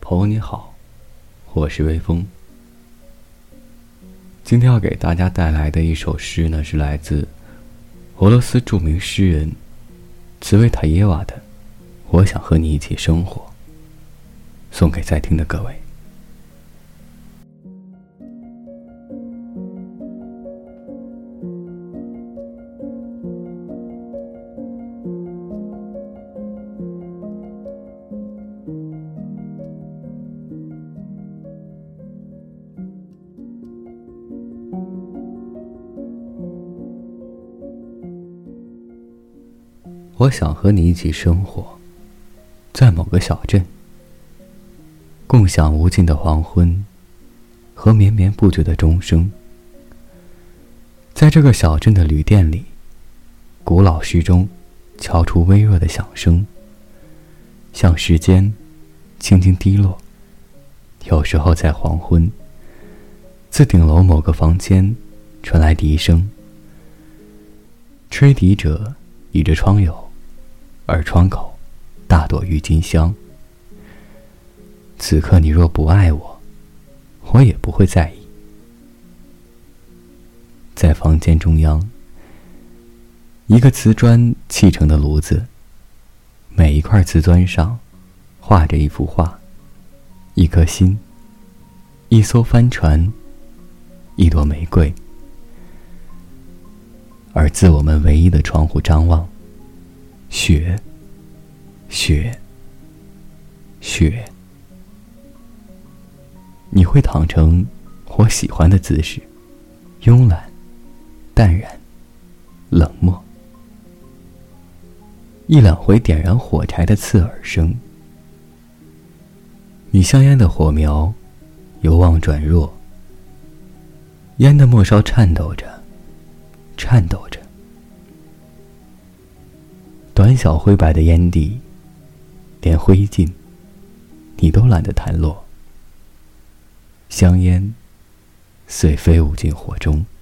朋友你好，我是微风。今天要给大家带来的一首诗呢，是来自俄罗斯著名诗人茨维塔耶娃的《我想和你一起生活》，送给在听的各位。我想和你一起生活，在某个小镇，共享无尽的黄昏和绵绵不绝的钟声。在这个小镇的旅店里，古老时钟敲出微弱的响声，像时间轻轻滴落。有时候在黄昏，自顶楼某个房间传来笛声，吹笛者倚着窗牖，而窗口大朵郁金香。此刻你若不爱我，我也不会在意。在房间中央，一个瓷砖砌成的炉子，每一块瓷砖上画着一幅画，一颗心，一艘帆船，一朵玫瑰。而自我们唯一的窗户张望，雪，雪，雪。你会躺成我喜欢的姿势，慵懒，淡然，冷漠。一两回点燃火柴的刺耳声，你香烟的火苗由旺转弱，烟的末梢颤抖着，颤抖着。短小灰白的烟蒂，连灰烬你都懒得弹落，香烟遂飞舞进火中。